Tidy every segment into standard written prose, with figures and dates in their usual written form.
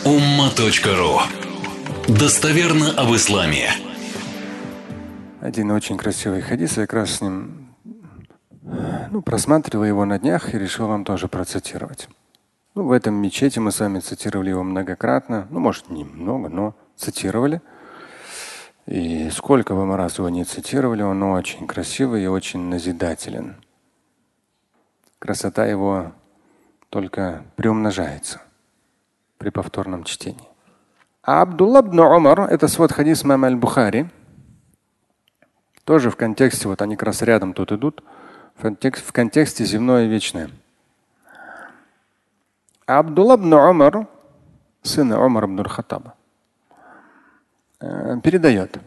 umma.ru. Достоверно об исламе. Один очень красивый хадис, я как раз с ним просматривал его на днях и решил вам тоже процитировать. В этом мечети мы с вами цитировали его многократно. Может, немного, но цитировали. И сколько бы мы раз его не цитировали, он очень красивый и очень назидателен. Красота его только приумножается при повторном чтении. А Абдулла ибн Умар, это свод хадис имама аль-Бухари, тоже в контексте, вот они как раз рядом тут идут, в контексте земное и вечное. Абдулла ибн Умар, сын Умар ибн аль-Хаттаба, передает.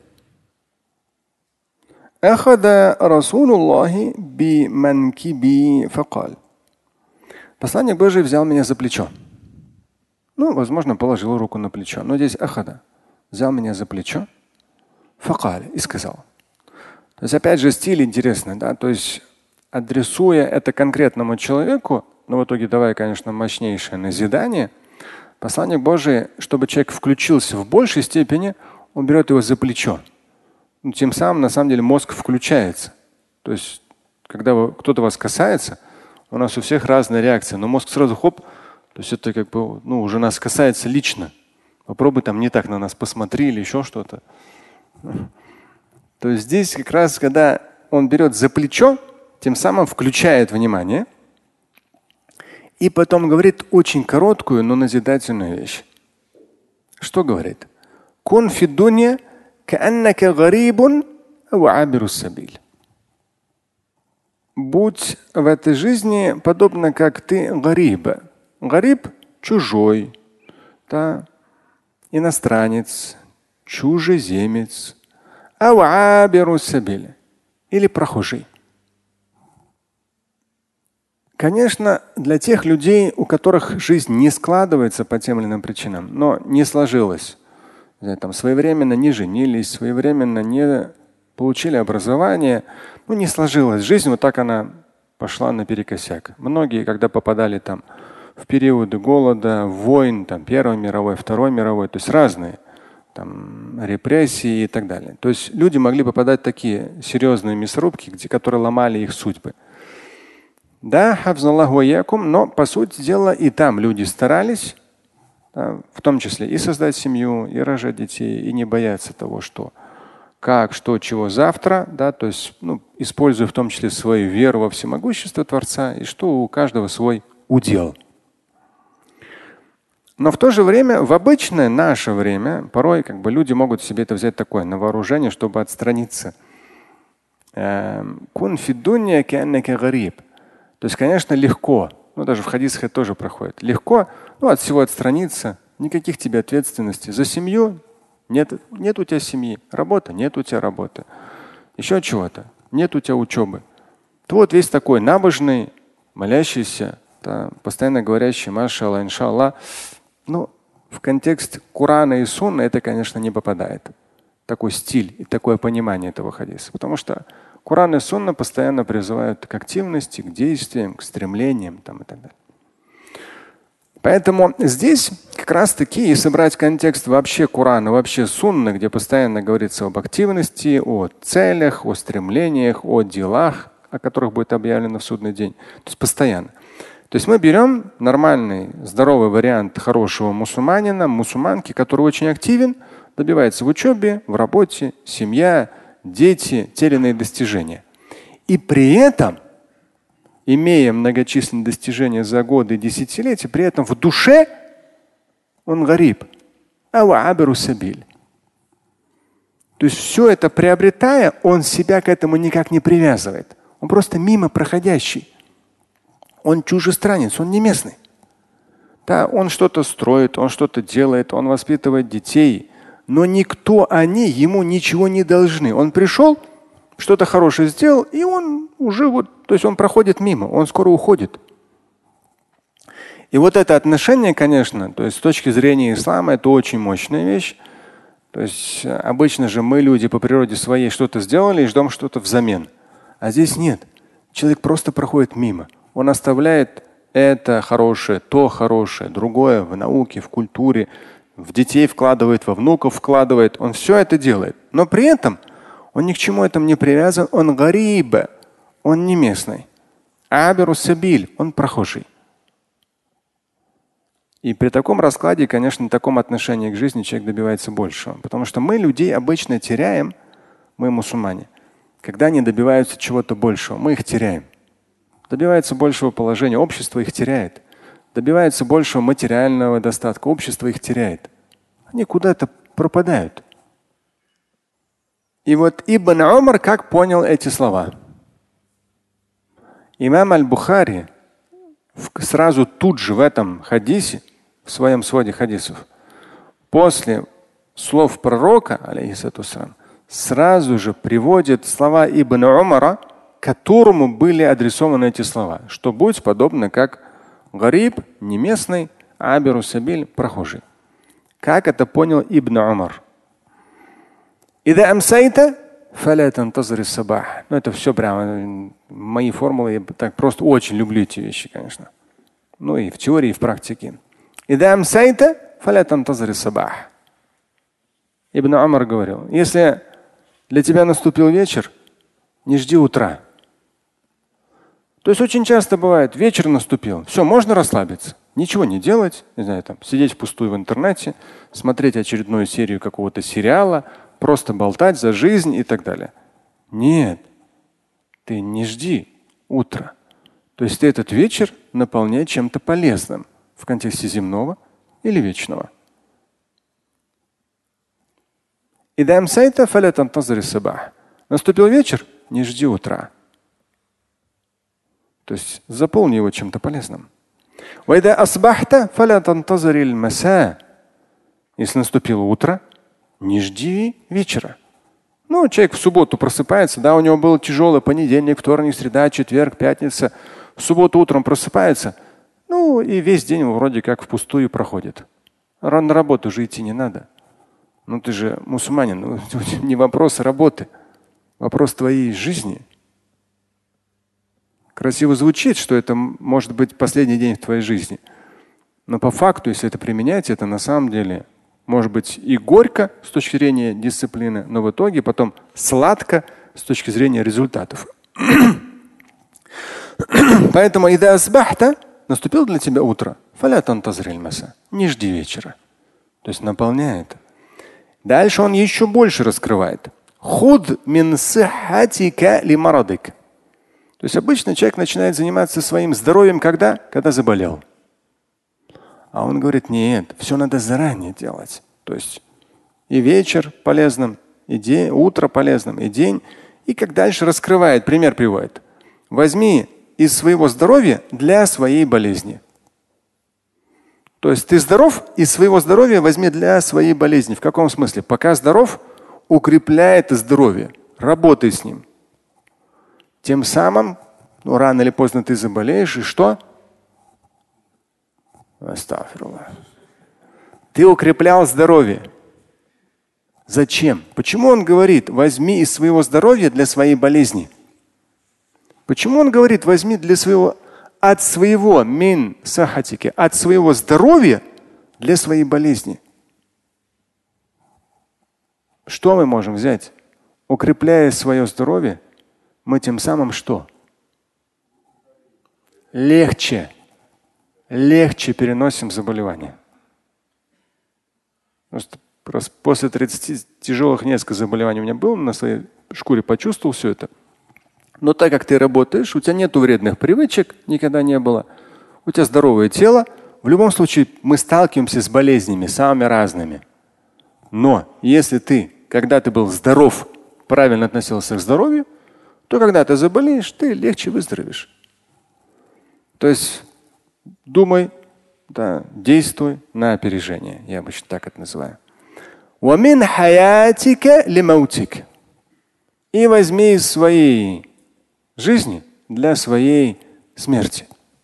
أخذ رسول الله بمنكبي فقال. Посланник Божий взял меня за плечо. Возможно, положил руку на плечо. Но здесь ахада. Взял меня за плечо. Факаль. И сказал. То есть, опять же, стиль интересный, да? То есть, адресуя это конкретному человеку, но в итоге давая, конечно, мощнейшее назидание, посланник Божий, чтобы человек включился в большей степени, он берет его за плечо. Тем самым, на самом деле, мозг включается. То есть, когда кто-то вас касается, у нас у всех разная реакция, но мозг сразу хоп, то есть это как бы уже нас касается лично. Попробуй там не так на нас посмотри или еще что-то. То есть здесь как раз, когда он берет за плечо, тем самым включает внимание и потом говорит очень короткую, но назидательную вещь. Что говорит? Кун фи дунья кааннака гарибун ау абирус сабиль. Будь в этой жизни подобно как ты гариба. Гариб – чужой, да? Иностранец, чужеземец, ау абирус сабиль или прохожий. Конечно, для тех людей, у которых жизнь не складывается по тем или иным причинам, но не сложилась, там, своевременно не женились, своевременно не получили образование, не сложилась жизнь, вот так она пошла наперекосяк. Многие, когда попадали там в периоды голода, войн, там, Первой мировой, Второй мировой, то есть разные там, репрессии и так далее. То есть люди могли попадать в такие серьезные мясорубки, которые ломали их судьбы. Да, хафзаллаху ва иякум, но по сути дела и там люди старались, да, в том числе и создать семью, и рожать детей, и не бояться того, что как, что, чего завтра, да, то есть используя в том числе свою веру во всемогущество Творца, и что у каждого свой удел. Но в то же время, в обычное наше время, порой люди могут себе это взять такое на вооружение, чтобы отстраниться. Кун фи дунья кааннака гариб. То есть, конечно, легко, даже в хадисах это тоже проходит. Легко от всего отстраниться, никаких тебе ответственностей. За семью нет у тебя семьи, работа, нет у тебя работы. Еще чего-то, нет у тебя учебы. Ты вот весь такой набожный, молящийся, да, постоянно говорящий машалла, иншаллах. В контекст Корана и Сунны это, конечно, не попадает. Такой стиль и такое понимание этого хадиса. Потому что Коран и Сунна постоянно призывают к активности, к действиям, к стремлениям и так далее. Поэтому здесь как раз таки, если брать контекст вообще Корана, вообще Сунны, где постоянно говорится об активности, о целях, о стремлениях, о делах, о которых будет объявлено в судный день. То есть постоянно. То есть мы берем нормальный, здоровый вариант хорошего мусульманина, мусульманки, который очень активен, добивается в учебе, в работе, семья, дети, те или иные достижения. И при этом, имея многочисленные достижения за годы и десятилетия, при этом в душе он гариб, ау абирус сабиль. То есть все это приобретая, он себя к этому никак не привязывает. Он просто мимо проходящий. Он чужестранец, он не местный. Да, он что-то строит, он что-то делает, он воспитывает детей, но никто они ему ничего не должны. Он пришел, что-то хорошее сделал, и он уже то есть он проходит мимо, он скоро уходит. И вот это отношение, конечно, то есть с точки зрения ислама, это очень мощная вещь. То есть обычно же мы, люди, по природе своей что-то сделали и ждем что-то взамен. А здесь нет. Человек просто проходит мимо. Он оставляет это хорошее, то хорошее, другое в науке, в культуре, в детей вкладывает, во внуков вкладывает. Он все это делает. Но при этом он ни к чему этому не привязан. Он гариб, он не местный. Абиру сабиль, он прохожий. И при таком раскладе, конечно, в таком отношении к жизни человек добивается большего. Потому что мы людей обычно теряем, мы мусульмане, когда они добиваются чего-то большего, мы их теряем. Добиваются большего положения, общество их теряет. Добиваются большего материального достатка, общество их теряет. Они куда-то пропадают. И вот Ибн Умар как понял эти слова? Имам Аль-Бухари сразу тут же в этом хадисе, в своем своде хадисов, после слов пророка, алейхиссалям, сразу же приводит слова Ибн Умара, которому были адресованы эти слова, что будет подобно как гариб, не местный, абиру сабиль, прохожий. Как это понял Ибн Умар? Ида амсайта фаля тантазир ас-сабах. Ну это все прямо мои формулы, я так просто очень люблю эти вещи, конечно. Ну и в теории, и в практике. Ида амсайта фаля тантазир ас-сабах. Ибн Умар говорил, если для тебя наступил вечер, не жди утра. То есть очень часто бывает, вечер наступил, все, можно расслабиться, ничего не делать, не знаю, там, сидеть впустую в интернете, смотреть очередную серию какого-то сериала, просто болтать за жизнь и так далее. Нет, ты не жди утра. То есть ты этот вечер наполняй чем-то полезным в контексте земного или вечного. Наступил вечер, не жди утра. То есть заполни его чем-то полезным. Если наступило утро, не жди вечера. Ну, человек в субботу просыпается, да, у него был тяжелый понедельник, вторник, среда, четверг, пятница. В субботу утром просыпается, ну и весь день вроде как впустую проходит. На работу же идти не надо. Ну ты же мусульманин, ну, не вопрос работы, вопрос твоей жизни. Красиво звучит, что это может быть последний день в твоей жизни. Но по факту, если это применять, это на самом деле может быть и горько с точки зрения дисциплины, но в итоге потом сладко с точки зрения результатов. Поэтому ида асбахта, наступило для тебя утро, не жди вечера. То есть наполняй это. Дальше он еще больше раскрывает. Худ мин сиххатика ли марадик. То есть обычно человек начинает заниматься своим здоровьем когда? Когда заболел. А он говорит, нет, все надо заранее делать. То есть и вечер полезным, и день, утро полезным, и день. И как дальше раскрывает, пример приводит. Возьми из своего здоровья для своей болезни. То есть ты здоров, из своего здоровья возьми для своей болезни. В каком смысле? Пока здоров, укрепляй это здоровье. Работай с ним. Тем самым, ну, рано или поздно ты заболеешь, и что? Ты укреплял здоровье. Зачем? Почему он говорит, возьми из своего здоровья для своей болезни? Почему он говорит, возьми для своего, от своего мин сахатики, от своего здоровья для своей болезни? Что мы можем взять? Укрепляя свое здоровье, мы тем самым что? Легче переносим заболевания. Просто после 30 тяжелых несколько заболеваний у меня было, на своей шкуре почувствовал все это. Но так как ты работаешь, у тебя нет вредных привычек, никогда не было, у тебя здоровое тело, в любом случае мы сталкиваемся с болезнями самыми разными. Но если ты, когда ты был здоров, правильно относился к здоровью, то когда ты заболеешь, ты легче выздоровеешь. То есть думай, да, действуй на опережение. Я обычно так это называю. И возьми из своей жизни для своей смерти.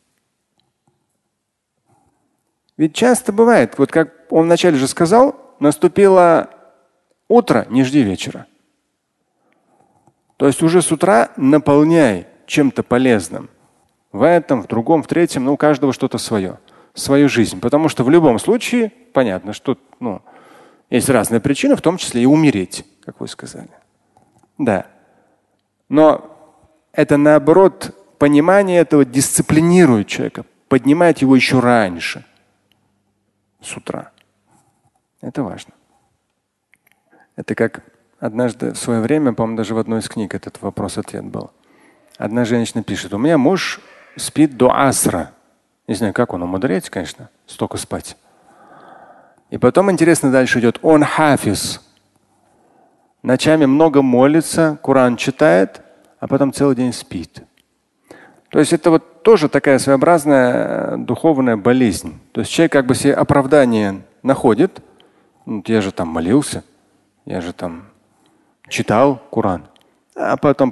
Ведь часто бывает, вот как он вначале же сказал, наступило утро, не жди вечера. То есть уже с утра наполняй чем-то полезным в этом, в другом, в третьем, но у каждого что-то свое, свою жизнь. Потому что в любом случае, понятно, что есть разные причины, в том числе и умереть, как вы сказали. Да. Но это наоборот, понимание этого дисциплинирует человека, поднимает его еще раньше, с утра. Это важно. Это как однажды в свое время, по-моему, даже в одной из книг этот вопрос-ответ был. Одна женщина пишет: у меня муж спит до асра. Не знаю, как он умудряется, конечно, столько спать. И потом интересно дальше идет. Он хафиз. Ночами много молится, Коран читает, а потом целый день спит. То есть это вот тоже такая своеобразная духовная болезнь. То есть человек как бы себе оправдание находит. Я же там молился, я же там читал Коран, а потом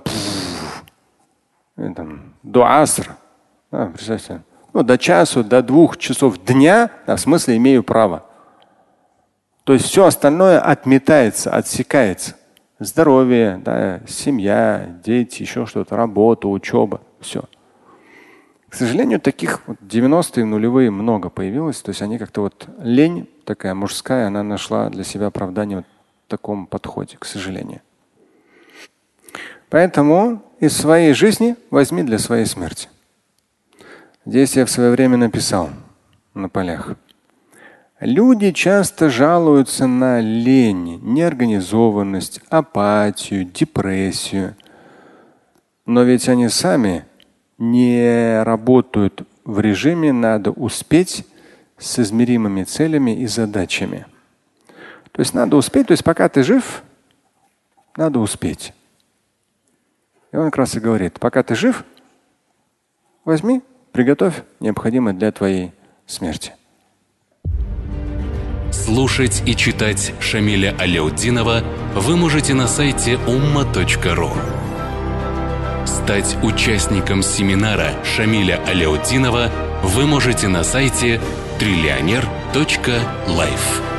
до асра. Представьте, до часу, до 2 часов дня, в смысле имею право. То есть все остальное отметается, отсекается. Здоровье, семья, дети, еще что-то, работа, учеба, все. К сожалению, таких 90-е, нулевые много появилось. То есть они как-то лень такая мужская, она нашла для себя оправдание в таком подходе, к сожалению. Поэтому из своей жизни возьми для своей смерти. Здесь я в свое время написал на полях. Люди часто жалуются на лень, неорганизованность, апатию, депрессию. Но ведь они сами не работают в режиме «надо успеть» с измеримыми целями и задачами. То есть надо успеть, то есть пока ты жив, надо успеть. И он как раз и говорит: пока ты жив, возьми, приготовь необходимое для твоей смерти. Слушать и читать Шамиля Аляутдинова вы можете на сайте umma.ru. Стать участником семинара Шамиля Аляутдинова вы можете на сайте trillioner.life.